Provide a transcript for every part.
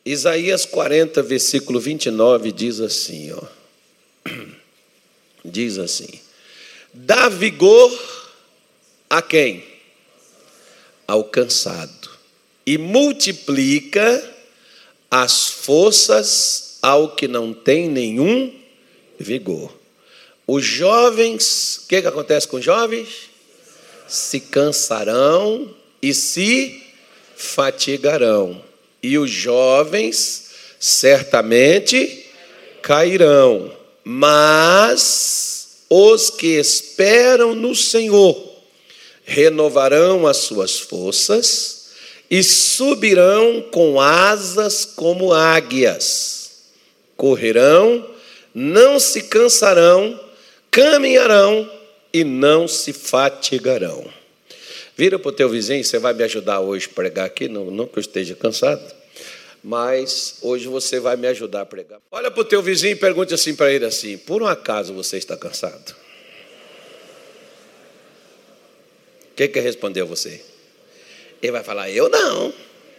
Isaías 40, versículo 29, diz assim, ó. Diz assim: dá vigor a quem? Ao cansado, e multiplica as forças ao que não tem nenhum vigor. Os jovens, o que acontece com os jovens? Se cansarão e se fatigarão. E os jovens certamente cairão. Mas os que esperam no Senhor renovarão as suas forças e subirão com asas como águias. Correrão, não se cansarão, caminharão e não se fatigarão. Vira para o teu vizinho, você vai me ajudar hoje a pregar aqui, não que eu esteja cansado, mas hoje você vai me ajudar a pregar. Olha para o teu vizinho e pergunte assim para ele assim: por um acaso você está cansado? O que respondeu você? Ele vai falar: eu não.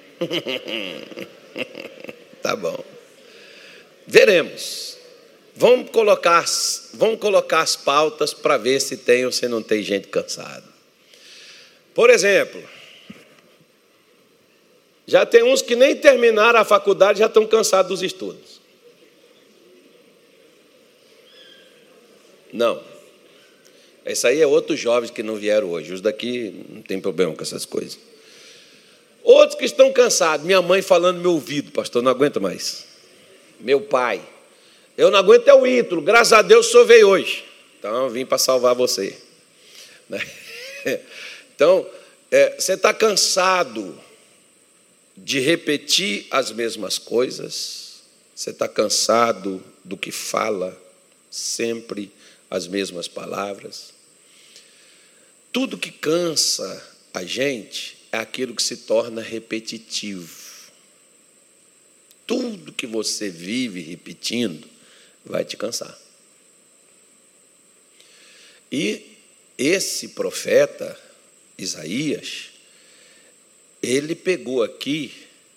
Tá bom. Veremos. Vamos colocar as pautas para ver se tem ou se não tem gente cansada. Por exemplo, já tem uns que nem terminaram a faculdade, já estão cansados dos estudos. Não. Esse aí é outros jovens que não vieram hoje. Os daqui não tem problema com essas coisas. Outros que estão cansados. Minha mãe falando no meu ouvido: pastor, não aguento mais. Meu pai: eu não aguento é o Ítalo, graças a Deus o senhor veio hoje. Então eu vim para salvar você. Então, você está cansado de repetir as mesmas coisas? Você está cansado do que fala sempre as mesmas palavras? Tudo que cansa a gente é aquilo que se torna repetitivo. Tudo que você vive repetindo vai te cansar. E esse profeta Isaías, ele pegou aqui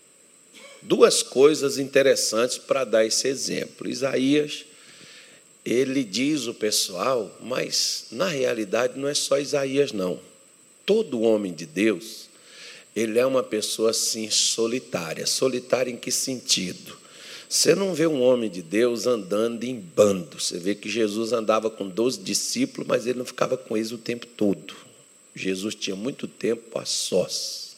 duas coisas interessantes para dar esse exemplo. Isaías, ele diz o pessoal, mas na realidade não é só Isaías não. Todo homem de Deus, ele é uma pessoa assim solitária. Solitária em que sentido? Você não vê um homem de Deus andando em bando. Você vê que Jesus andava com 12 discípulos, mas ele não ficava com eles o tempo todo. Jesus tinha muito tempo a sós,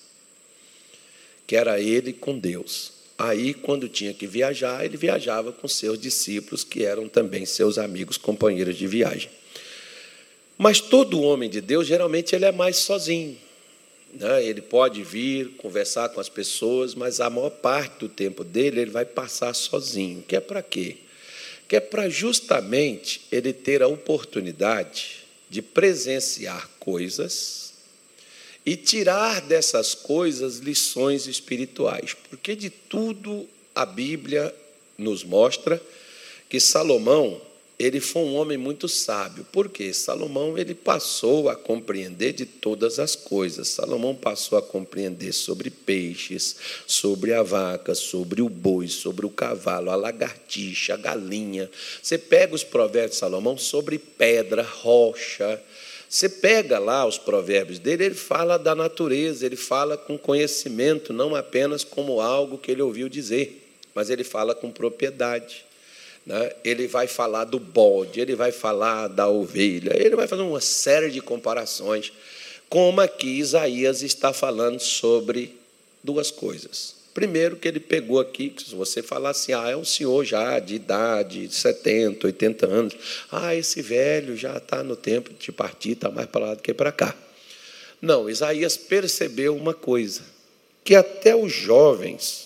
que era ele com Deus. Aí, quando tinha que viajar, ele viajava com seus discípulos, que eram também seus amigos, companheiros de viagem. Mas todo homem de Deus, geralmente, ele é mais sozinho. Ele pode vir conversar com as pessoas, mas a maior parte do tempo dele ele vai passar sozinho. Que é para quê? Que é para justamente ele ter a oportunidade de presenciar coisas e tirar dessas coisas lições espirituais. Porque de tudo a Bíblia nos mostra que Salomão, ele foi um homem muito sábio. Por quê? Salomão, ele passou a compreender de todas as coisas. Salomão passou a compreender sobre peixes, sobre a vaca, sobre o boi, sobre o cavalo, a lagartixa, a galinha. Você pega os provérbios de Salomão sobre pedra, rocha. Você pega lá os provérbios dele, ele fala da natureza, ele fala com conhecimento, não apenas como algo que ele ouviu dizer, mas ele fala com propriedade. Ele vai falar do bode, ele vai falar da ovelha, ele vai fazer uma série de comparações, como aqui Isaías está falando sobre duas coisas. Primeiro, que ele pegou aqui, se você falar assim, é um senhor já de idade, de 70, 80 anos, esse velho já está no tempo de partir, está mais para lá do que para cá. Não, Isaías percebeu uma coisa, que até os jovens,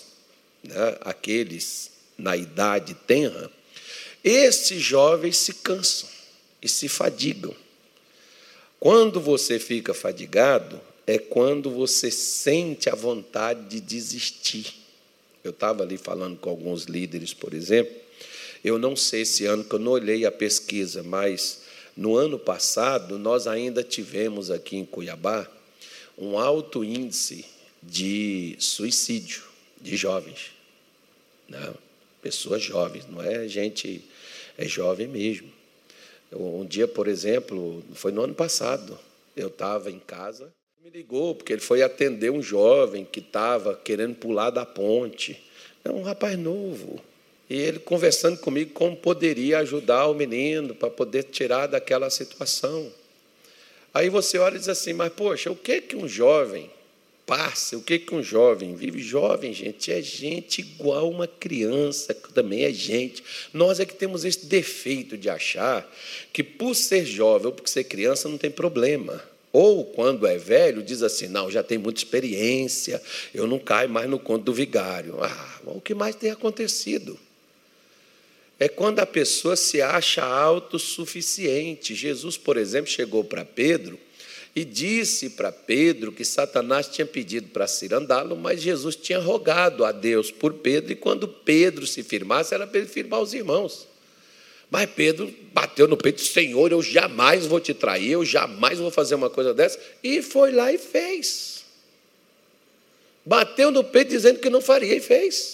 aqueles na idade tenra, esses jovens se cansam e se fadigam. Quando você fica fadigado, é quando você sente a vontade de desistir. Eu estava ali falando com alguns líderes, por exemplo. Eu não sei esse ano, que eu não olhei a pesquisa, mas no ano passado nós ainda tivemos aqui em Cuiabá um alto índice de suicídio de jovens. Não, pessoas jovens, não é gente, é jovem mesmo. Um dia, por exemplo, foi no ano passado, eu estava em casa, me ligou, porque ele foi atender um jovem que estava querendo pular da ponte. É um rapaz novo. E ele conversando comigo como poderia ajudar o menino para poder tirar daquela situação. Aí você olha e diz assim, mas, poxa, o que um jovem passa, o que um jovem vive? Jovem, gente, é gente igual uma criança, que também é gente. Nós é que temos esse defeito de achar que, por ser jovem ou por ser criança, não tem problema. Ou, quando é velho, diz assim, não, já tem muita experiência, eu não caio mais no conto do vigário. O que mais tem acontecido? É quando a pessoa se acha autossuficiente. Jesus, por exemplo, chegou para Pedro e disse para Pedro que Satanás tinha pedido para cirandá-lo, mas Jesus tinha rogado a Deus por Pedro, e quando Pedro se firmasse, era para ele firmar os irmãos. Mas Pedro bateu no peito, Senhor, eu jamais vou te trair, eu jamais vou fazer uma coisa dessa, e foi lá e fez. Bateu no peito dizendo que não faria e fez.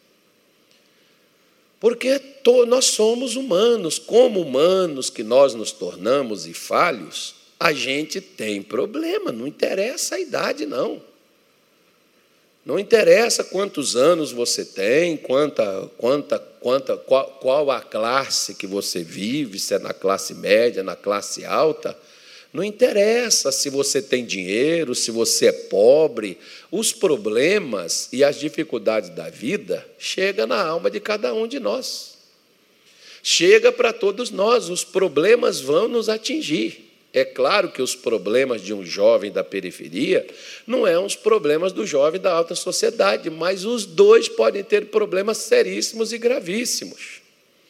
Porque nós somos humanos, como humanos que nós nos tornamos e falhos, a gente tem problema, não interessa a idade, não. Não interessa quantos anos você tem, qual a classe que você vive, se é na classe média, na classe alta. Não interessa se você tem dinheiro, se você é pobre. Os problemas e as dificuldades da vida chegam na alma de cada um de nós. Chega para todos nós, os problemas vão nos atingir. É claro que os problemas de um jovem da periferia não são os problemas do jovem da alta sociedade, mas os dois podem ter problemas seríssimos e gravíssimos.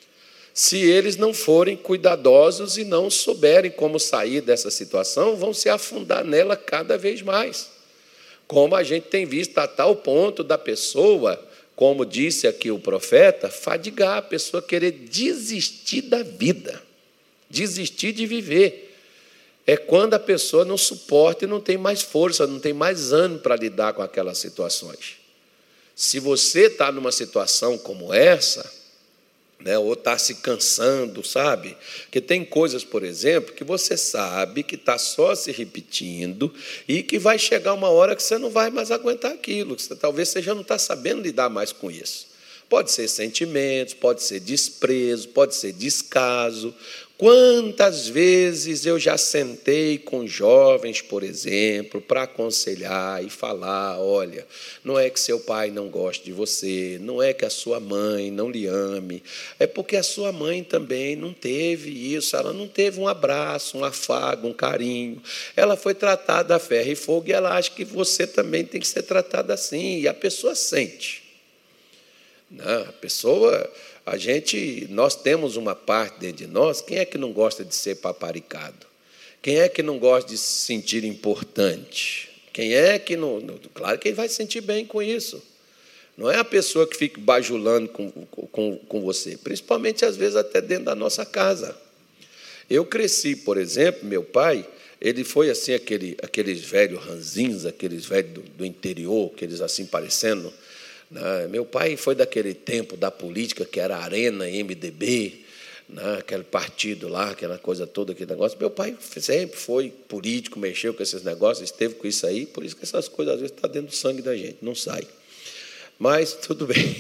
Se eles não forem cuidadosos e não souberem como sair dessa situação, vão se afundar nela cada vez mais. Como a gente tem visto, a tal ponto da pessoa, como disse aqui o profeta, fadigar, a pessoa querer desistir da vida, desistir de viver. É quando a pessoa não suporta e não tem mais força, não tem mais ânimo para lidar com aquelas situações. Se você está numa situação como essa, ou está se cansando, sabe? Porque tem coisas, por exemplo, que você sabe que está só se repetindo e que vai chegar uma hora que você não vai mais aguentar aquilo, que talvez você já não está sabendo lidar mais com isso. Pode ser sentimentos, pode ser desprezo, pode ser descaso. Quantas vezes eu já sentei com jovens, por exemplo, para aconselhar e falar, olha, não é que seu pai não goste de você, não é que a sua mãe não lhe ame, é porque a sua mãe também não teve isso, ela não teve um abraço, um afago, um carinho, ela foi tratada a ferro e fogo e ela acha que você também tem que ser tratada assim, e a pessoa sente. Não, a pessoa... Nós temos uma parte dentro de nós, quem é que não gosta de ser paparicado? Quem é que não gosta de se sentir importante? Quem é que não... Claro que ele vai se sentir bem com isso. Não é a pessoa que fica bajulando com você, principalmente, às vezes, até dentro da nossa casa. Eu cresci, por exemplo, meu pai, ele foi assim, aqueles velhos ranzinhos, aqueles velhos do interior, aqueles assim parecendo... Meu pai foi daquele tempo da política, que era Arena, MDB, aquele partido lá, aquela coisa toda, aquele negócio. Meu pai sempre foi político, mexeu com esses negócios, esteve com isso aí, por isso que essas coisas, às vezes, estão dentro do sangue da gente, não sai. Mas tudo bem,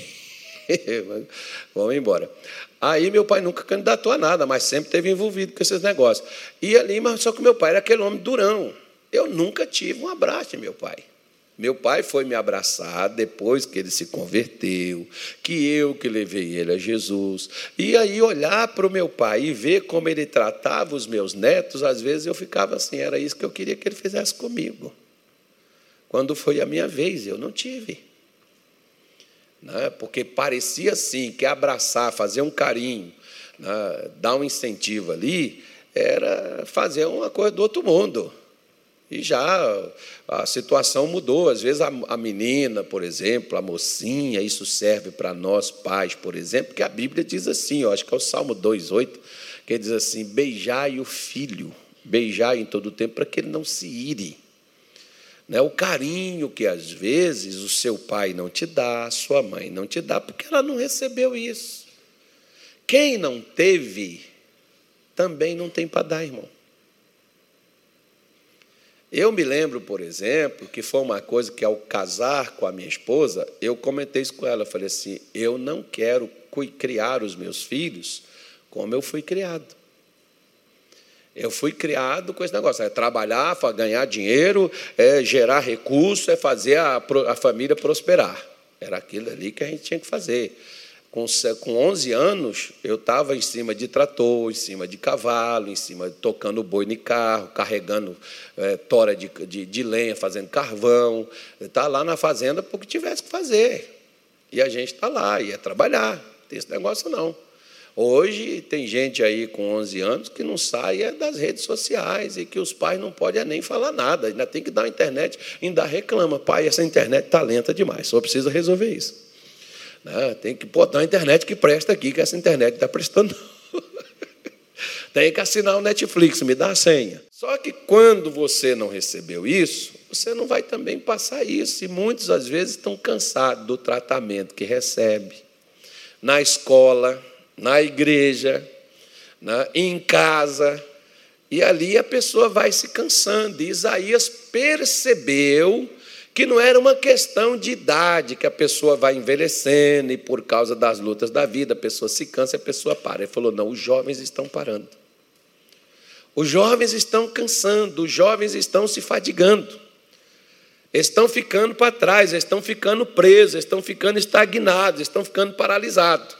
vamos embora. Aí meu pai nunca candidatou a nada, mas sempre esteve envolvido com esses negócios. E ali, mas só que meu pai era aquele homem durão. Eu nunca tive um abraço de meu pai. Meu pai foi me abraçar depois que ele se converteu, que levei ele a Jesus. E aí olhar para o meu pai e ver como ele tratava os meus netos, às vezes eu ficava assim, era isso que eu queria que ele fizesse comigo. Quando foi a minha vez, eu não tive. Porque parecia assim, que abraçar, fazer um carinho, dar um incentivo ali, era fazer uma coisa do outro mundo. E já a situação mudou. Às vezes a menina, por exemplo, a mocinha, isso serve para nós pais, por exemplo, que a Bíblia diz assim, acho que é o Salmo 2,8, que diz assim, beijai o filho, beijai em todo o tempo, para que ele não se ire. O carinho que, às vezes, o seu pai não te dá, a sua mãe não te dá, porque ela não recebeu isso. Quem não teve, também não tem para dar, irmão. Eu me lembro, por exemplo, que foi uma coisa que, ao casar com a minha esposa, eu comentei isso com ela. Eu falei assim, eu não quero criar os meus filhos como eu fui criado. Eu fui criado com esse negócio, é trabalhar, ganhar dinheiro, é gerar recursos, é fazer a família prosperar. Era aquilo ali que a gente tinha que fazer. Com 11 anos, eu estava em cima de trator, em cima de cavalo, tocando boi no carro, carregando tora de lenha, fazendo carvão. Está lá na fazenda porque tivesse que fazer. E a gente está lá, ia trabalhar. Não tem esse negócio, não. Hoje, tem gente aí com 11 anos que não sai das redes sociais e que os pais não podem nem falar nada. Ainda tem que dar a internet, ainda reclama. Pai, essa internet está lenta demais, só precisa resolver isso. Tem que botar a internet que presta aqui, que essa internet está prestando. Tem que assinar o Netflix, me dá a senha. Só que quando você não recebeu isso, você não vai também passar isso. E muitos, às vezes, estão cansados do tratamento que recebe. Na escola, na igreja, em casa. E ali a pessoa vai se cansando. E Isaías percebeu que não era uma questão de idade, que a pessoa vai envelhecendo e, por causa das lutas da vida, a pessoa se cansa e a pessoa para. Ele falou, não, os jovens estão parando. Os jovens estão cansando, os jovens estão se fadigando. Eles estão ficando para trás, eles estão ficando presos, eles estão ficando estagnados, eles estão ficando paralisados.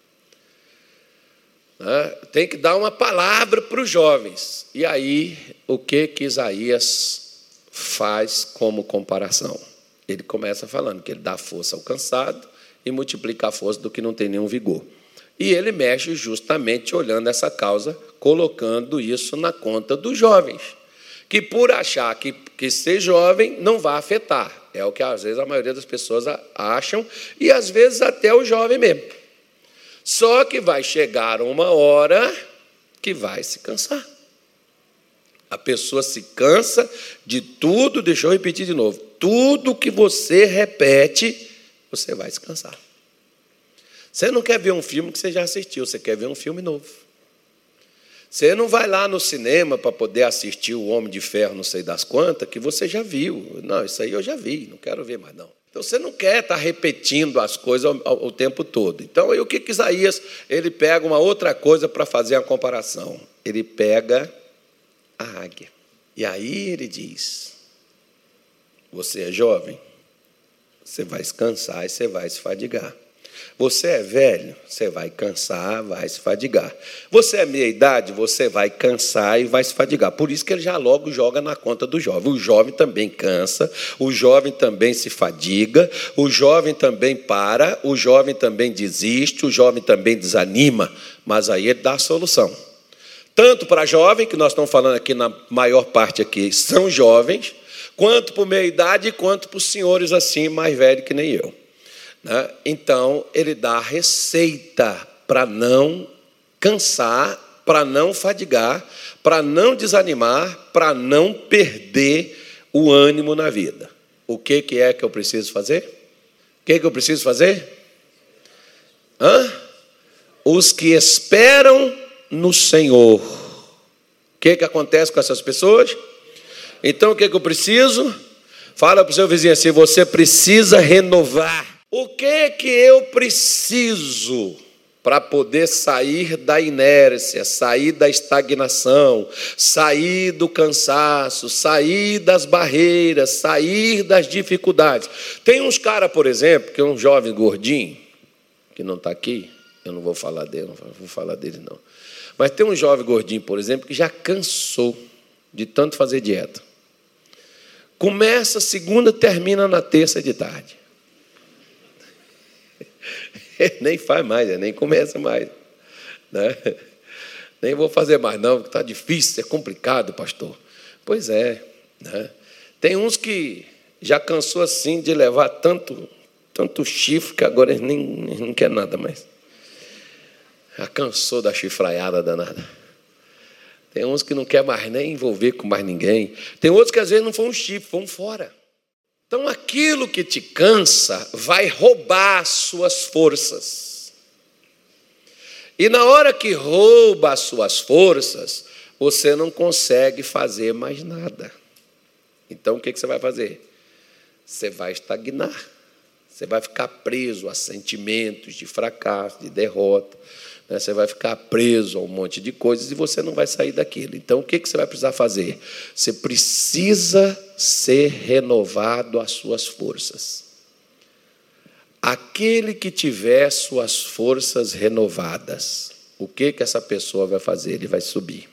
Tem que dar uma palavra para os jovens. E aí, o que Isaías faz como comparação? Ele começa falando que ele dá força ao cansado e multiplica a força do que não tem nenhum vigor. E ele mexe justamente olhando essa causa, colocando isso na conta dos jovens, que por achar que ser jovem não vai afetar. É o que às vezes a maioria das pessoas acham, e às vezes até o jovem mesmo. Só que vai chegar uma hora que vai se cansar. A pessoa se cansa de tudo, deixa eu repetir de novo, tudo que você repete, você vai se cansar. Você não quer ver um filme que você já assistiu, você quer ver um filme novo. Você não vai lá no cinema para poder assistir o Homem de Ferro, não sei das quantas, que você já viu. Não, isso aí eu já vi, não quero ver mais não. Então, você não quer estar repetindo as coisas o tempo todo. Então, aí o que Isaías, ele pega uma outra coisa para fazer a comparação. Ele pega a águia. E aí ele diz, você é jovem, você vai se cansar e você vai se fadigar. Você é velho, você vai cansar, vai se fadigar. Você é meia-idade, você vai cansar e vai se fadigar. Por isso que ele já logo joga na conta do jovem. O jovem também cansa, o jovem também se fadiga, o jovem também para, o jovem também desiste, o jovem também desanima. Mas aí ele dá a solução. Tanto para jovem, que nós estamos falando aqui na maior parte aqui, são jovens, quanto para meia-idade, quanto para os senhores assim, mais velhos que nem eu. Então, ele dá a receita para não cansar, para não fadigar, para não desanimar, para não perder o ânimo na vida. O que é que eu preciso fazer? O que eu preciso fazer? Os que esperam no Senhor. O que acontece com essas pessoas? Então, o que eu preciso? Fala para o seu vizinho assim, você precisa renovar. O que eu preciso para poder sair da inércia, sair da estagnação, sair do cansaço, sair das barreiras, sair das dificuldades? Tem uns caras, por exemplo, que é um jovem gordinho, que não está aqui, eu não vou falar dele, não vou falar dele não. Mas tem um jovem gordinho, por exemplo, que já cansou de tanto fazer dieta. Começa segunda, termina na terça de tarde. Nem faz mais, nem começa mais. Nem vou fazer mais não, porque está difícil, é complicado, pastor. Pois é. Tem uns que já cansou assim de levar tanto chifre que agora eles nem não quer nada mais. Já cansou da chifraiada danada. Tem uns que não quer mais nem envolver com mais ninguém. Tem outros que às vezes não foram chifre, foram fora. Então aquilo que te cansa vai roubar as suas forças. E na hora que rouba as suas forças, você não consegue fazer mais nada. Então o que você vai fazer? Você vai estagnar. Você vai ficar preso a sentimentos de fracasso, de derrota. Você vai ficar preso a um monte de coisas e você não vai sair daquilo. Então, o que você vai precisar fazer? Você precisa ser renovado as suas forças. Aquele que tiver suas forças renovadas, o que essa pessoa vai fazer? Ele vai subir.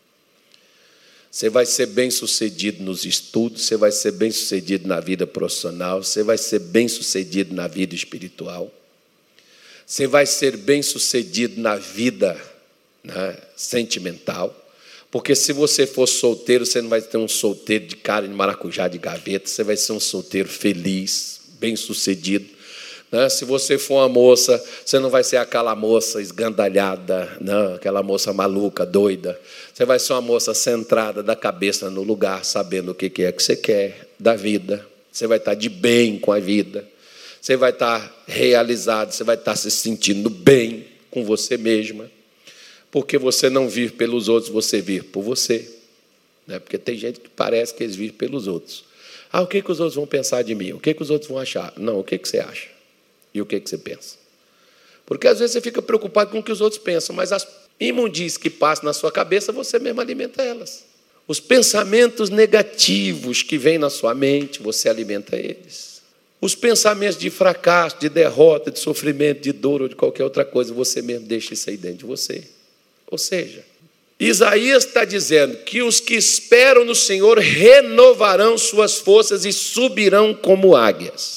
Você vai ser bem-sucedido nos estudos, você vai ser bem-sucedido na vida profissional, você vai ser bem-sucedido na vida espiritual, você vai ser bem-sucedido na vida, né, sentimental, porque se você for solteiro, você não vai ter um solteiro de cara de maracujá de gaveta, você vai ser um solteiro feliz, bem-sucedido. Se você for uma moça, você não vai ser aquela moça esgandalhada, não, aquela moça maluca, doida. Você vai ser uma moça centrada, da cabeça no lugar, sabendo o que é que você quer da vida. Você vai estar de bem com a vida. Você vai estar realizado, você vai estar se sentindo bem com você mesma. Porque você não vive pelos outros, você vive por você. Porque tem gente que parece que eles vivem pelos outros. O que os outros vão pensar de mim? O que os outros vão achar? Não, o que você acha? E o que você pensa? Porque às vezes você fica preocupado com o que os outros pensam, mas as imundícies que passam na sua cabeça, você mesmo alimenta elas. Os pensamentos negativos que vêm na sua mente, você alimenta eles. Os pensamentos de fracasso, de derrota, de sofrimento, de dor ou de qualquer outra coisa, você mesmo deixa isso aí dentro de você. Ou seja, Isaías está dizendo que os que esperam no Senhor renovarão suas forças e subirão como águias.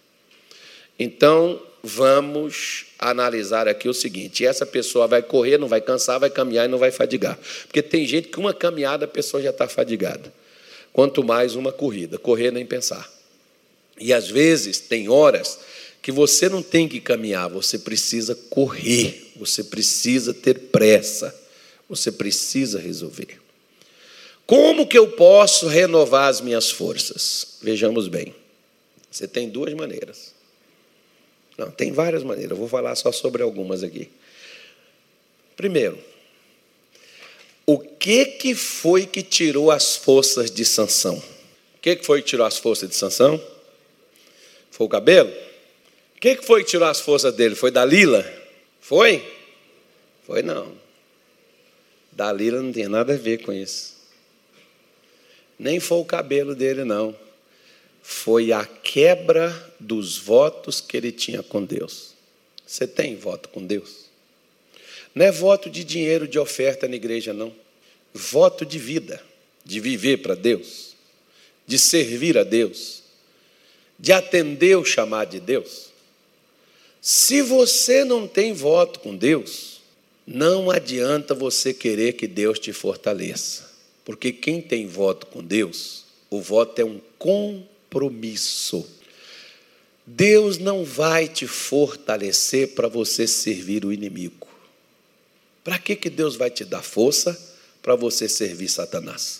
Então, vamos analisar aqui o seguinte: essa pessoa vai correr, não vai cansar, vai caminhar e não vai fadigar. Porque tem gente que uma caminhada a pessoa já está fadigada. Quanto mais uma corrida, correr nem pensar. E às vezes tem horas que você não tem que caminhar, você precisa correr, você precisa ter pressa, você precisa resolver. Como que eu posso renovar as minhas forças? Vejamos bem. Você tem duas maneiras. Não, tem várias maneiras, eu vou falar só sobre algumas aqui. Primeiro, o que foi que tirou as forças de Sansão? O que foi que tirou as forças de Sansão? Foi o cabelo? O que foi que tirou as forças dele? Foi Dalila? Foi? Foi não. Dalila não tem nada a ver com isso. Nem foi o cabelo dele, não. Foi a quebra dos votos que ele tinha com Deus. Você tem voto com Deus? Não é voto de dinheiro, de oferta na igreja, não. Voto de vida, de viver para Deus, de servir a Deus, de atender o chamado de Deus. Se você não tem voto com Deus, não adianta você querer que Deus te fortaleça. Porque quem tem voto com Deus, o voto é um compromisso. Deus não vai te fortalecer para você servir o inimigo. Para que Deus vai te dar força para você servir Satanás?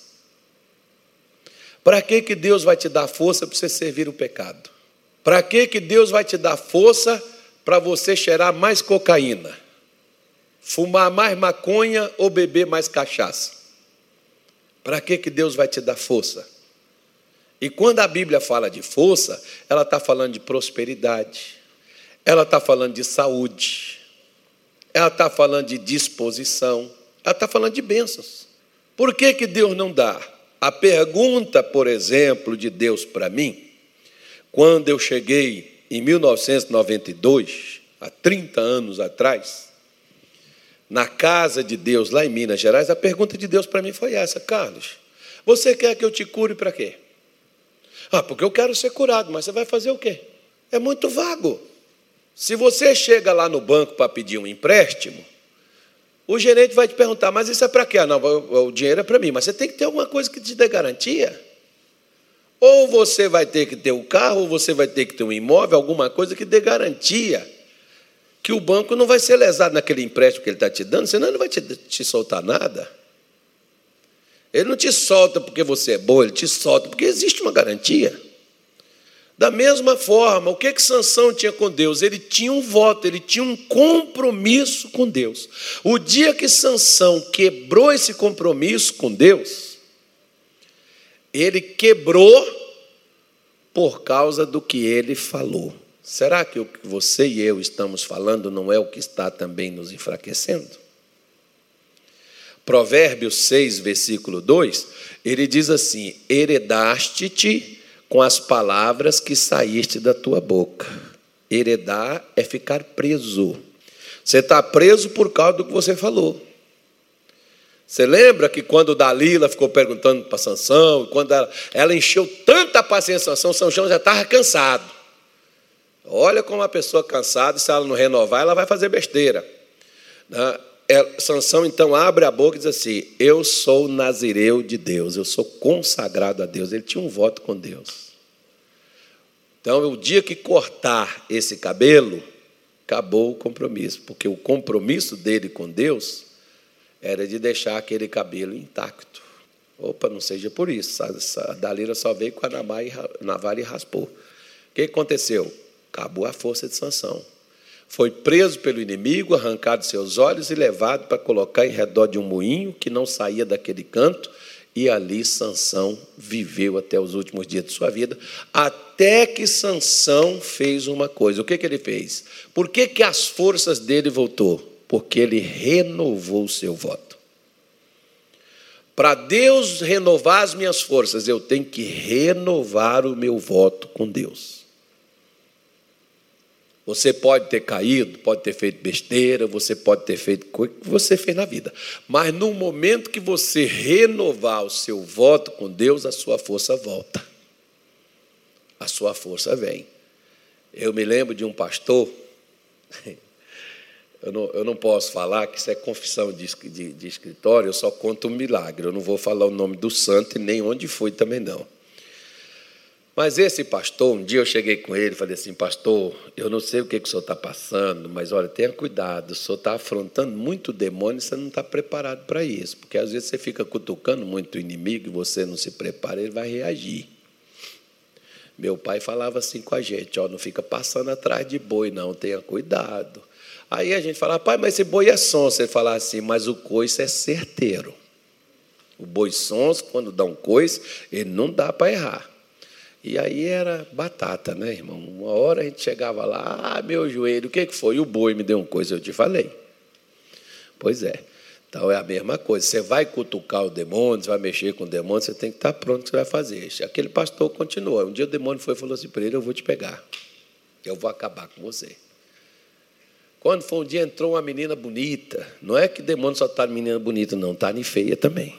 Para que Deus vai te dar força para você servir o pecado? Para que Deus vai te dar força para você cheirar mais cocaína, fumar mais maconha ou beber mais cachaça? Para que Deus vai te dar força? E quando a Bíblia fala de força, ela está falando de prosperidade, ela está falando de saúde, ela está falando de disposição, ela está falando de bênçãos. Por que Deus não dá? A pergunta, por exemplo, de Deus para mim, quando eu cheguei em 1992, há 30 anos atrás, na casa de Deus, lá em Minas Gerais, a pergunta de Deus para mim foi essa: Carlos, você quer que eu te cure para quê? Porque eu quero ser curado, mas você vai fazer o quê? É muito vago. Se você chega lá no banco para pedir um empréstimo, o gerente vai te perguntar: mas isso é para quê? Não, o dinheiro é para mim, mas você tem que ter alguma coisa que te dê garantia. Ou você vai ter que ter um carro, ou você vai ter que ter um imóvel, alguma coisa que dê garantia que o banco não vai ser lesado naquele empréstimo que ele está te dando, senão ele não vai te soltar nada. Ele não te solta porque você é bom, ele te solta porque existe uma garantia. Da mesma forma, o que Sansão tinha com Deus? Ele tinha um voto, ele tinha um compromisso com Deus. O dia que Sansão quebrou esse compromisso com Deus, ele quebrou por causa do que ele falou. Será que o que você e eu estamos falando não é o que está também nos enfraquecendo? Provérbios 6, versículo 2, ele diz assim: heredaste-te com as palavras que saíste da tua boca. Heredar é ficar preso. Você está preso por causa do que você falou. Você lembra que quando Dalila ficou perguntando para Sansão, quando ela encheu tanta paciência de Sansão já estava cansado. Olha como uma pessoa cansada, se ela não renovar, ela vai fazer besteira. Sansão então abre a boca e diz assim: eu sou nazireu de Deus, eu sou consagrado a Deus. Ele tinha um voto com Deus. Então, o dia que cortar esse cabelo, acabou o compromisso, porque o compromisso dele com Deus era de deixar aquele cabelo intacto. Opa, não seja por isso. A Dalila só veio com a navalha e raspou. O que aconteceu? Acabou a força de Sansão. Foi preso pelo inimigo, arrancado seus olhos e levado para colocar em redor de um moinho que não saía daquele canto, e ali Sansão viveu até os últimos dias de sua vida, até que Sansão fez uma coisa. O que ele fez? Por que as forças dele voltou? Porque ele renovou o seu voto. Para Deus renovar as minhas forças, eu tenho que renovar o meu voto com Deus. Você pode ter caído, pode ter feito besteira, você pode ter feito coisa que você fez na vida. Mas no momento que você renovar o seu voto com Deus, a sua força volta. A sua força vem. Eu me lembro de um pastor, eu não posso falar que isso é confissão de escritório, eu só conto um milagre. Eu não vou falar o nome do santo e nem onde foi também não. Mas esse pastor, um dia eu cheguei com ele e falei assim: pastor, eu não sei o que o senhor está passando, mas olha, tenha cuidado, o senhor está afrontando muito demônio e você não está preparado para isso, porque às vezes você fica cutucando muito o inimigo e você não se prepara, ele vai reagir. Meu pai falava assim com a gente: ó, não fica passando atrás de boi não, tenha cuidado. Aí a gente falava: pai, mas esse boi é sonso. Ele falava assim: mas o coice é certeiro. O boi sonso, quando dá um coice, ele não dá para errar. E aí era batata, né, irmão? Uma hora a gente chegava lá: meu joelho, o que foi? O boi me deu uma coisa, eu te falei. Pois é. Então é a mesma coisa. Você vai cutucar o demônio, você vai mexer com o demônio, você tem que estar pronto, que você vai fazer. Aquele pastor continuou. Um dia o demônio foi e falou assim para ele: eu vou te pegar. Eu vou acabar com você. Quando foi um dia, entrou uma menina bonita. Não é que demônio só está em menina bonita, não. Está em feia também.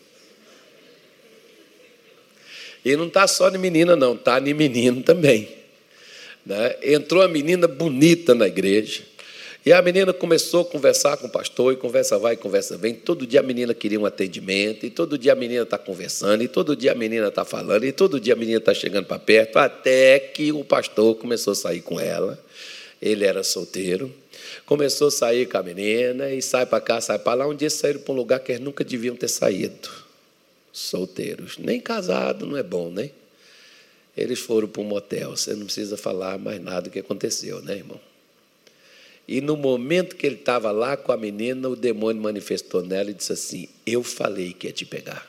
E não está só em menina, não. Está em menino também. Né? Entrou uma menina bonita na igreja. E a menina começou a conversar com o pastor, e conversa vai, conversa vem. Todo dia a menina queria um atendimento, e todo dia a menina está conversando, e todo dia a menina está falando, e todo dia a menina está chegando para perto, até que o pastor começou a sair com ela. Ele era solteiro. Começou a sair com a menina, e sai para cá, sai para lá. Um dia saíram para um lugar que eles nunca deviam ter saído. Solteiros. Nem casado não é bom, né? Eles foram para um motel. Você não precisa falar mais nada do que aconteceu, né, irmão? E no momento que ele estava lá com a menina, o demônio manifestou nela e disse assim: eu falei que ia te pegar.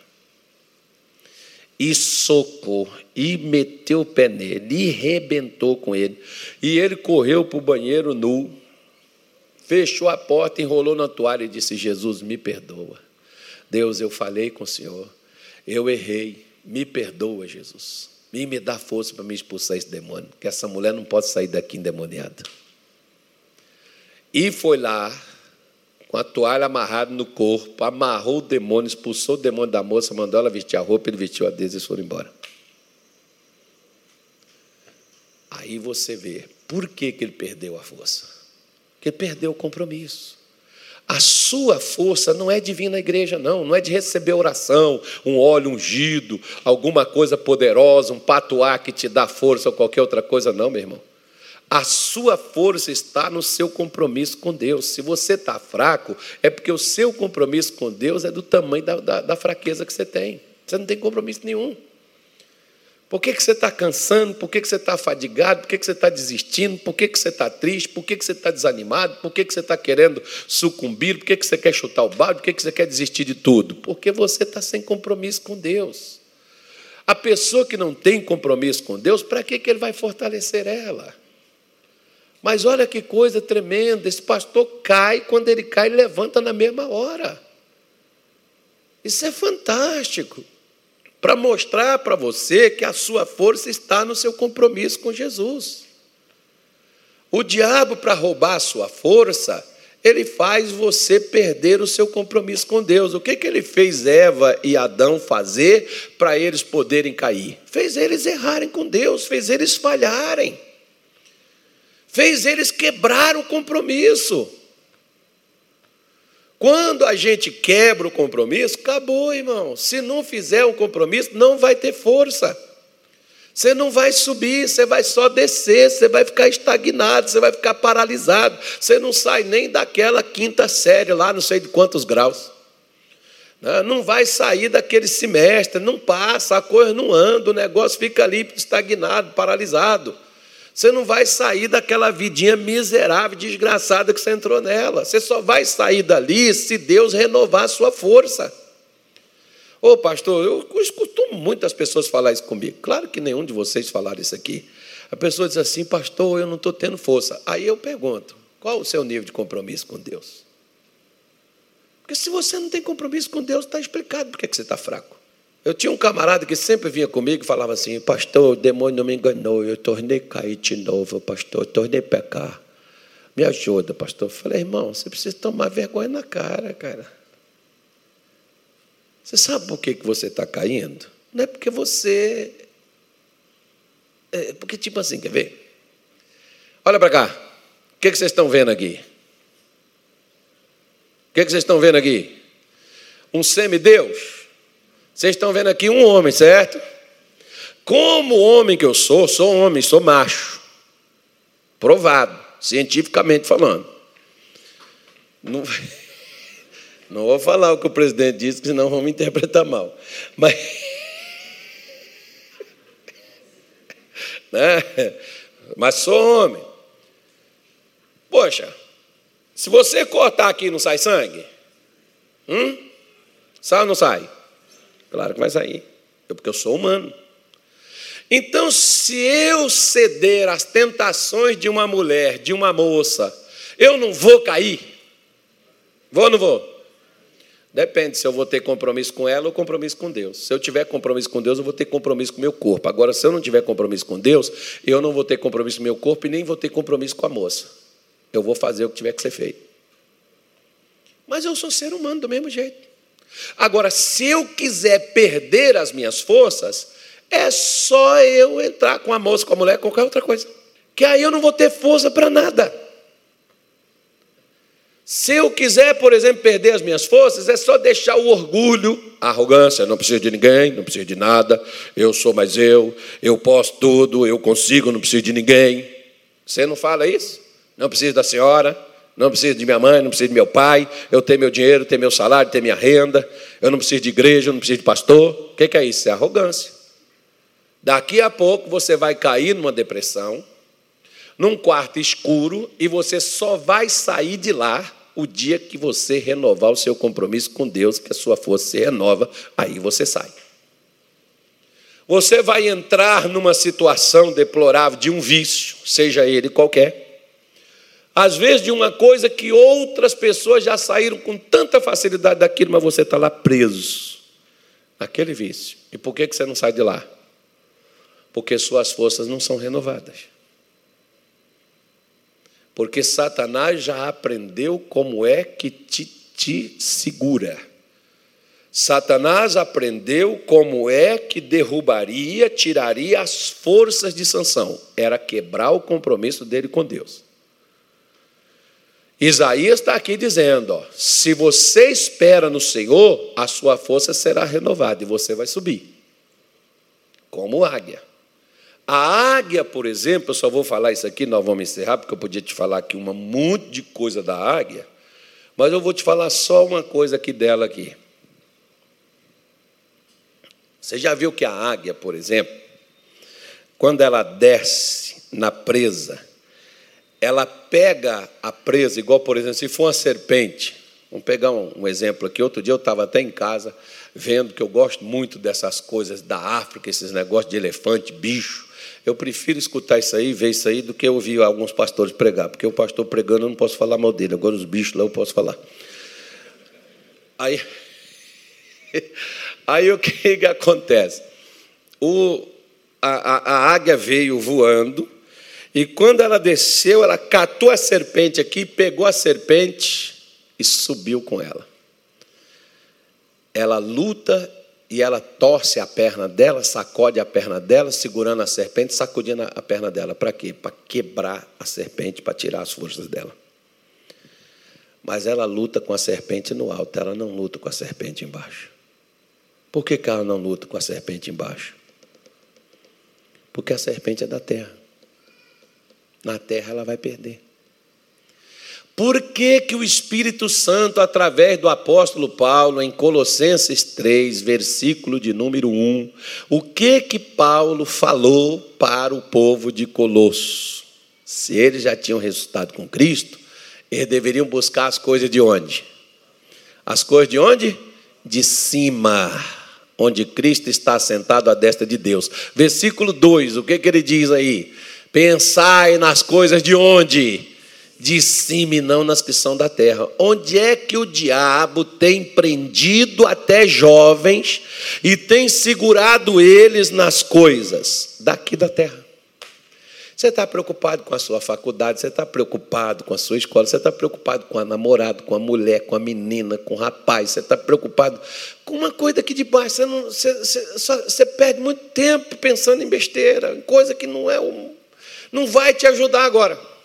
E socou, e meteu o pé nele, e rebentou com ele. E ele correu para o banheiro nu, fechou a porta, enrolou na toalha e disse: Jesus, me perdoa. Deus, eu falei com o Senhor, eu errei, me perdoa, Jesus. E me dá força para me expulsar esse demônio, porque essa mulher não pode sair daqui endemoniada. E foi lá, com a toalha amarrada no corpo, amarrou o demônio, expulsou o demônio da moça, mandou ela vestir a roupa, ele vestiu a deles e eles foram embora. Aí você vê, por que ele perdeu a força? Porque ele perdeu o compromisso. A sua força não é de vir na igreja, não é de receber oração, um óleo ungido, alguma coisa poderosa, um patuá que te dá força ou qualquer outra coisa, não, meu irmão. A sua força está no seu compromisso com Deus. Se você está fraco, é porque o seu compromisso com Deus é do tamanho da fraqueza que você tem. Você não tem compromisso nenhum. Por que você está cansando? Por que você está fadigado? Por que você está desistindo? Por que você está triste? Por que você está desanimado? Por que você está querendo sucumbir? Por que você quer chutar o balde? Por que você quer desistir de tudo? Porque você está sem compromisso com Deus. A pessoa que não tem compromisso com Deus, para que ele vai fortalecer ela? Mas olha que coisa tremenda, esse pastor cai, quando ele cai, ele levanta na mesma hora. Isso é fantástico. Para mostrar para você que a sua força está no seu compromisso com Jesus. O diabo, para roubar a sua força, ele faz você perder o seu compromisso com Deus. O que ele fez Eva e Adão fazer para eles poderem cair? Fez eles errarem com Deus, fez eles falharem. Fez eles quebrar o compromisso. Quando a gente quebra o compromisso, acabou, irmão. Se não fizer o compromisso, não vai ter força. Você não vai subir, você vai só descer, você vai ficar estagnado, você vai ficar paralisado. Você não sai nem daquela 5ª série lá, não sei de quantos graus. Não vai sair daquele semestre, não passa, a coisa não anda, o negócio fica ali estagnado, paralisado. Você não vai sair daquela vidinha miserável, desgraçada que você entrou nela. Você só vai sair dali se Deus renovar a sua força. Ô pastor, eu escuto muitas pessoas falar isso comigo. Claro que nenhum de vocês falaram isso aqui. A pessoa diz assim, pastor, eu não estou tendo força. Aí eu pergunto, qual o seu nível de compromisso com Deus? Porque se você não tem compromisso com Deus, está explicado por que você está fraco. Eu tinha um camarada que sempre vinha comigo e falava assim, pastor, o demônio não me enganou, eu tornei cair de novo, pastor, eu tornei pecar. Me ajuda, pastor. Eu falei, irmão, você precisa tomar vergonha na cara, cara. Você sabe por que você está caindo? Não é porque você... porque tipo assim, quer ver? Olha para cá. O que vocês estão vendo aqui? O que vocês estão vendo aqui? Um semideus? Vocês estão vendo aqui um homem, certo? Como homem que eu sou homem, sou macho. Provado, cientificamente falando. Não vou falar o que o presidente disse, senão vão me interpretar mal. Mas sou homem. Poxa, se você cortar aqui, não sai sangue? Sai ou não sai? Claro que vai sair, porque eu sou humano. Então, se eu ceder às tentações de uma mulher, de uma moça, eu não vou cair? Vou ou não vou? Depende se eu vou ter compromisso com ela ou compromisso com Deus. Se eu tiver compromisso com Deus, eu vou ter compromisso com o meu corpo. Agora, se eu não tiver compromisso com Deus, eu não vou ter compromisso com o meu corpo e nem vou ter compromisso com a moça. Eu vou fazer o que tiver que ser feito. Mas eu sou ser humano do mesmo jeito. Agora, se eu quiser perder as minhas forças, é só eu entrar com a moça, com a mulher, qualquer outra coisa. Que aí eu não vou ter força para nada. Se eu quiser, por exemplo, perder as minhas forças, é só deixar o orgulho, a arrogância, não preciso de ninguém, não preciso de nada, eu sou mais eu posso tudo, eu consigo, não preciso de ninguém. Você não fala isso? Não preciso da senhora, não preciso de minha mãe, não preciso de meu pai, eu tenho meu dinheiro, tenho meu salário, tenho minha renda, eu não preciso de igreja, eu não preciso de pastor. O que é isso? É arrogância. Daqui a pouco você vai cair numa depressão, num quarto escuro, e você só vai sair de lá o dia que você renovar o seu compromisso com Deus, que a sua força se renova, aí você sai. Você vai entrar numa situação deplorável de um vício, seja ele qualquer, às vezes de uma coisa que outras pessoas já saíram com tanta facilidade daquilo, mas você está lá preso naquele vício. E por que você não sai de lá? Porque suas forças não são renovadas. Porque Satanás já aprendeu como é que te segura. Satanás aprendeu como é que derrubaria, tiraria as forças de Sansão. Era quebrar o compromisso dele com Deus. Isaías está aqui dizendo, se você espera no Senhor, a sua força será renovada e você vai subir, como águia. A águia, por exemplo, eu só vou falar isso aqui, nós vamos encerrar, porque eu podia te falar aqui um monte de coisa da águia, mas eu vou te falar só uma coisa aqui dela aqui. Você já viu que a águia, por exemplo, quando ela desce na presa, ela pega a presa, igual, por exemplo, se for uma serpente. Vamos pegar um exemplo aqui. Outro dia eu estava até em casa, vendo que eu gosto muito dessas coisas da África, esses negócios de elefante, bicho. Eu prefiro escutar isso aí, ver isso aí, do que ouvir alguns pastores pregar, porque o pastor pregando eu não posso falar mal dele, agora os bichos lá eu posso falar. Aí o que acontece? A águia veio voando, e quando ela desceu, ela catou a serpente aqui, pegou a serpente e subiu com ela. Ela luta e ela torce a perna dela, sacode a perna dela, segurando a serpente, sacudindo a perna dela. Para quê? Para quebrar a serpente, para tirar as forças dela. Mas ela luta com a serpente no alto, ela não luta com a serpente embaixo. Por que ela não luta com a serpente embaixo? Porque a serpente é da terra. Na terra ela vai perder. Por que o Espírito Santo, através do apóstolo Paulo, em Colossenses 3, versículo de número 1, o que Paulo falou para o povo de Colosso? Se eles já tinham ressuscitado com Cristo, eles deveriam buscar as coisas de onde? As coisas de onde? De cima, onde Cristo está sentado à destra de Deus. Versículo 2, o que ele diz aí? Pensai nas coisas de onde? De cima e não nas que são da terra. Onde é que o diabo tem prendido até jovens e tem segurado eles nas coisas daqui da terra? Você está preocupado com a sua faculdade, você está preocupado com a sua escola, você está preocupado com a namorada, com a mulher, com a menina, com o rapaz, você está preocupado com uma coisa aqui de baixo. Você perde muito tempo pensando em besteira, em coisa que não vai te ajudar agora.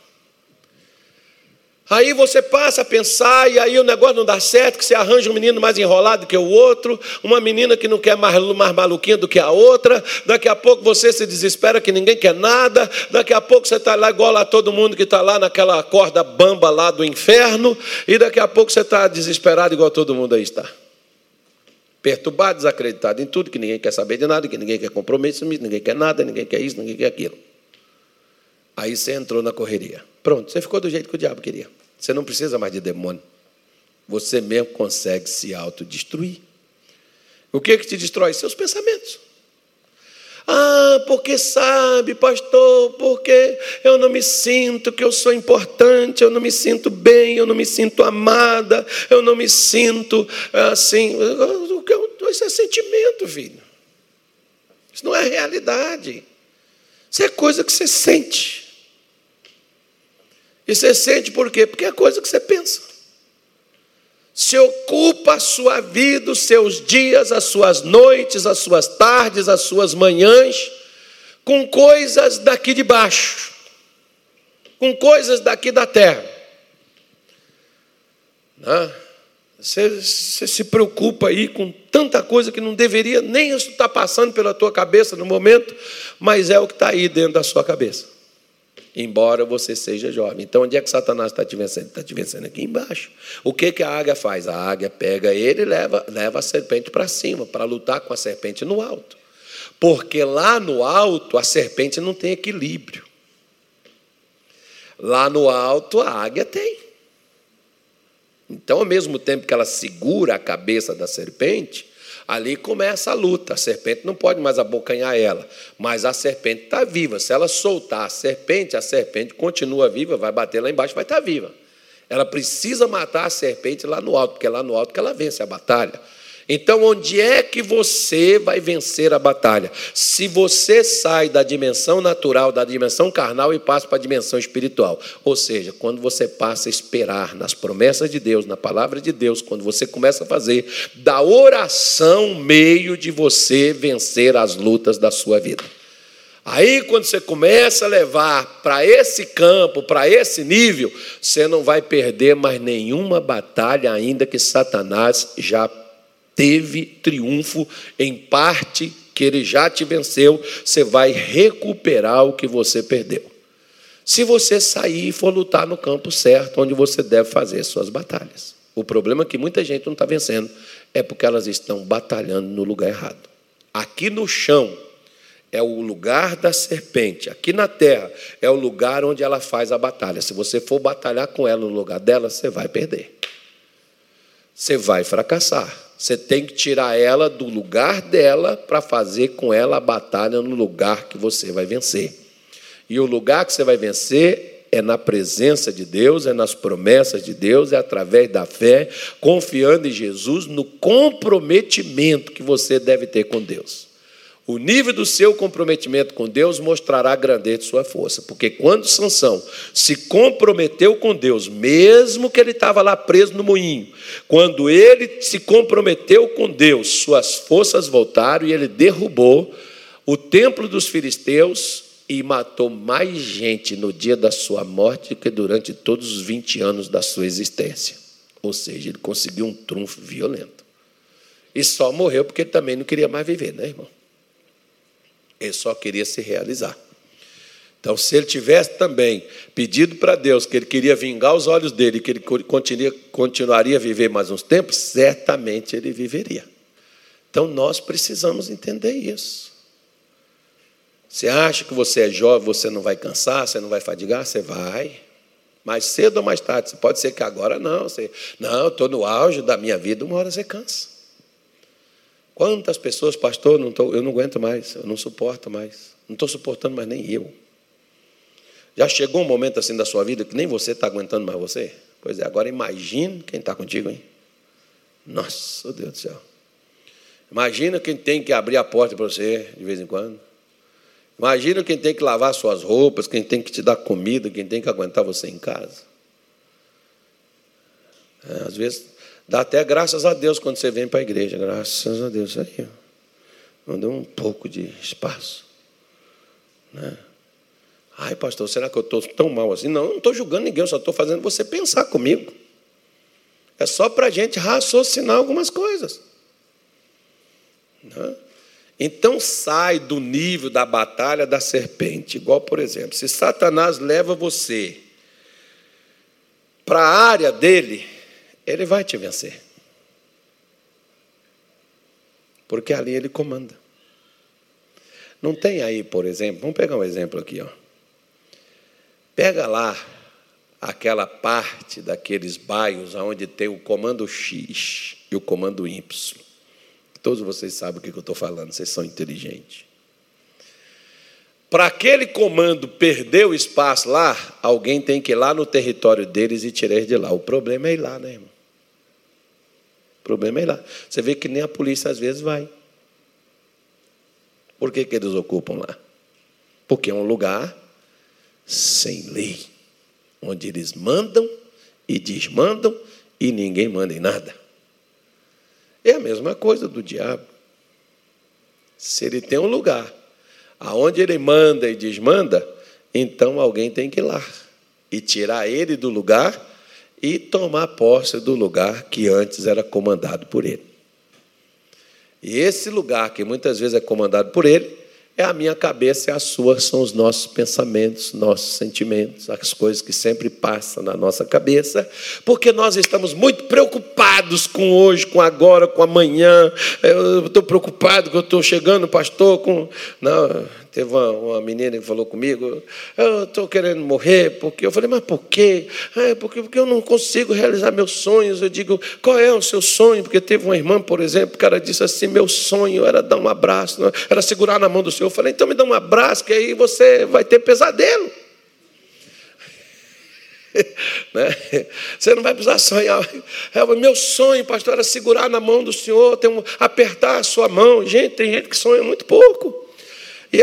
Aí você passa a pensar, e aí o negócio não dá certo, que você arranja um menino mais enrolado que o outro, uma menina que não quer mais maluquinha do que a outra, daqui a pouco você se desespera que ninguém quer nada, daqui a pouco você está lá igual a todo mundo que está lá naquela corda bamba lá do inferno, e daqui a pouco você está desesperado igual todo mundo aí está. Perturbado, desacreditado em tudo, que ninguém quer saber de nada, que ninguém quer compromisso, ninguém quer nada, ninguém quer isso, ninguém quer aquilo. Aí você entrou na correria. Pronto, você ficou do jeito que o diabo queria. Você não precisa mais de demônio. Você mesmo consegue se autodestruir. O que te destrói? Seus pensamentos. Ah, porque sabe, pastor, porque eu não me sinto que eu sou importante, eu não me sinto bem, eu não me sinto amada, eu não me sinto assim. Isso é sentimento, filho. Isso não é realidade. Isso é coisa que você sente. E você sente por quê? Porque é coisa que você pensa. Se ocupa a sua vida, os seus dias, as suas noites, as suas tardes, as suas manhãs, com coisas daqui de baixo, com coisas daqui da terra. Você se preocupa aí com tanta coisa que não deveria nem isso estar passando pela tua cabeça no momento, mas é o que está aí dentro da sua cabeça. Embora você seja jovem. Então, onde é que Satanás está te vencendo? Está te vencendo aqui embaixo. O que a águia faz? A águia pega ele e leva a serpente para cima, para lutar com a serpente no alto. Porque lá no alto, a serpente não tem equilíbrio. Lá no alto, a águia tem. Então, ao mesmo tempo que ela segura a cabeça da serpente, ali começa a luta. A serpente não pode mais abocanhar ela, mas a serpente está viva. Se ela soltar a serpente continua viva, vai bater lá embaixo, vai estar viva. Ela precisa matar a serpente lá no alto, porque é lá no alto que ela vence a batalha. Então, onde é que você vai vencer a batalha? Se você sai da dimensão natural, da dimensão carnal e passa para a dimensão espiritual. Ou seja, quando você passa a esperar nas promessas de Deus, na palavra de Deus, quando você começa a fazer da oração meio de você vencer as lutas da sua vida. Aí, quando você começa a levar para esse campo, para esse nível, você não vai perder mais nenhuma batalha ainda que Satanás já teve triunfo, em parte que ele já te venceu, você vai recuperar o que você perdeu. Se você sair e for lutar no campo certo, onde você deve fazer suas batalhas. O problema é que muita gente não está vencendo, é porque elas estão batalhando no lugar errado. Aqui no chão é o lugar da serpente, aqui na terra é o lugar onde ela faz a batalha. Se você for batalhar com ela no lugar dela, você vai perder. Você vai fracassar. Você tem que tirar ela do lugar dela para fazer com ela a batalha no lugar que você vai vencer. E o lugar que você vai vencer é na presença de Deus, é nas promessas de Deus, é através da fé, confiando em Jesus, no comprometimento que você deve ter com Deus. O nível do seu comprometimento com Deus mostrará a grandeza de sua força. Porque quando Sansão se comprometeu com Deus, mesmo que ele estava lá preso no moinho, quando ele se comprometeu com Deus, suas forças voltaram e ele derrubou o templo dos filisteus e matou mais gente no dia da sua morte do que durante todos os 20 anos da sua existência. Ou seja, ele conseguiu um trunfo violento. E só morreu porque ele também não queria mais viver, né, irmão? Ele só queria se realizar. Então, se ele tivesse também pedido para Deus que ele queria vingar os olhos dele, que ele continuaria a viver mais uns tempos, certamente ele viveria. Então, nós precisamos entender isso. Você acha que você é jovem, você não vai cansar, você não vai fadigar? Você vai. Mais cedo ou mais tarde. Pode ser que agora não. Não, eu estou no auge da minha vida, uma hora você cansa. Quantas pessoas, pastor, eu não aguento mais, eu não suporto mais. Não estou suportando mais nem eu. Já chegou um momento assim da sua vida que nem você está aguentando mais você? Pois é, agora imagine quem está contigo, hein? Nossa, oh Deus do céu. Imagina quem tem que abrir a porta para você de vez em quando. Imagina quem tem que lavar suas roupas, quem tem que te dar comida, quem tem que aguentar você em casa. Às vezes, dá até graças a Deus quando você vem para a igreja. Graças a Deus, aí. Não deu um pouco de espaço. Né? Ai, pastor, será que eu estou tão mal assim? Não estou julgando ninguém, eu só estou fazendo você pensar comigo. É só para a gente raciocinar algumas coisas. Né? Então, sai do nível da batalha da serpente. Igual, por exemplo, se Satanás leva você para a área dele, ele vai te vencer. Porque ali ele comanda. Não tem aí, por exemplo, vamos pegar um exemplo aqui, ó. Pega lá aquela parte daqueles bairros onde tem o comando X e o comando Y. Todos vocês sabem o que eu estou falando, vocês são inteligentes. Para aquele comando perder o espaço lá, alguém tem que ir lá no território deles e tirar eles de lá. O problema é ir lá, né, irmão? O problema é ir lá. Você vê que nem a polícia às vezes vai. Por que eles ocupam lá? Porque é um lugar sem lei, onde eles mandam e desmandam e ninguém manda em nada. É a mesma coisa do diabo. Se ele tem um lugar aonde ele manda e desmanda, então alguém tem que ir lá e tirar ele do lugar e tomar posse do lugar que antes era comandado por ele. E esse lugar, que muitas vezes é comandado por ele, é a minha cabeça e a sua, são os nossos pensamentos, nossos sentimentos, as coisas que sempre passam na nossa cabeça, porque nós estamos muito preocupados com hoje, com agora, com amanhã. Eu estou preocupado que eu estou chegando, pastor, com... Não, teve uma menina que falou comigo, eu estou querendo morrer, porque eu falei, mas por quê? Porque eu não consigo realizar meus sonhos. Eu digo, qual é o seu sonho? Porque teve uma irmã, por exemplo, que ela disse assim, meu sonho era dar um abraço, era segurar na mão do Senhor. Eu falei, então me dá um abraço, que aí você vai ter pesadelo. Né? Você não vai precisar sonhar. Meu sonho, pastor, era segurar na mão do Senhor, apertar a sua mão. Gente, tem gente que sonha muito pouco. E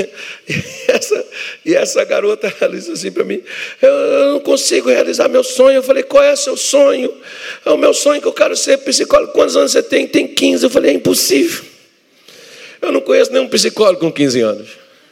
essa garota, ela disse assim para mim, eu não consigo realizar meu sonho. Eu falei, qual é o seu sonho? O meu sonho é que eu quero ser psicólogo. Quantos anos você tem? Tem 15. Eu falei, é impossível. Eu não conheço nenhum psicólogo com 15 anos.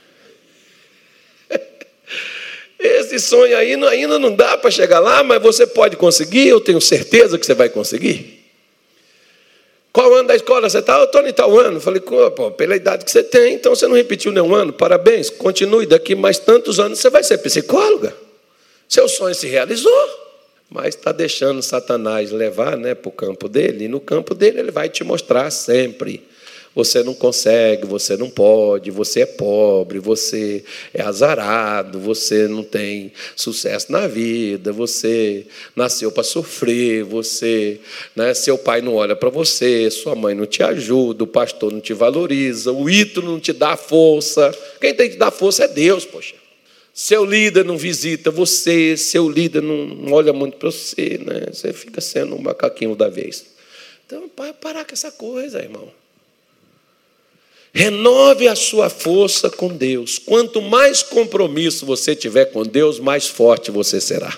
Esse sonho ainda não dá para chegar lá, mas você pode conseguir, eu tenho certeza que você vai conseguir. Qual ano da escola você está? Eu estou em tal ano. Eu falei, pô, pela idade que você tem, então você não repetiu nenhum ano. Parabéns, continue. Daqui mais tantos anos você vai ser psicóloga. Seu sonho se realizou. Mas está deixando Satanás levar, né, para o campo dele. E no campo dele ele vai te mostrar sempre. Você não consegue, você não pode, você é pobre, você é azarado, você não tem sucesso na vida, você nasceu para sofrer, você, né, seu pai não olha para você, sua mãe não te ajuda, o pastor não te valoriza, o ídolo não te dá força. Quem tem que dar força é Deus, poxa. Seu líder não visita você, seu líder não olha muito para você, né? Você fica sendo um macaquinho da vez. Então, parar com essa coisa, irmão. Renove a sua força com Deus. Quanto mais compromisso você tiver com Deus, mais forte você será.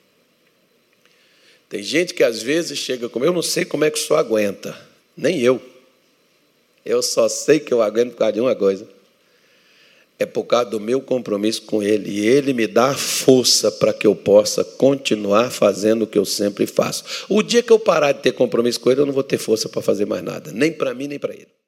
Tem gente que às vezes chega comigo, eu não sei como é que o senhor aguenta. Nem eu. Eu só sei que eu aguento por causa de uma coisa. É por causa do meu compromisso com Ele. E Ele me dá força para que eu possa continuar fazendo o que eu sempre faço. O dia que eu parar de ter compromisso com Ele, eu não vou ter força para fazer mais nada. Nem para mim, nem para Ele.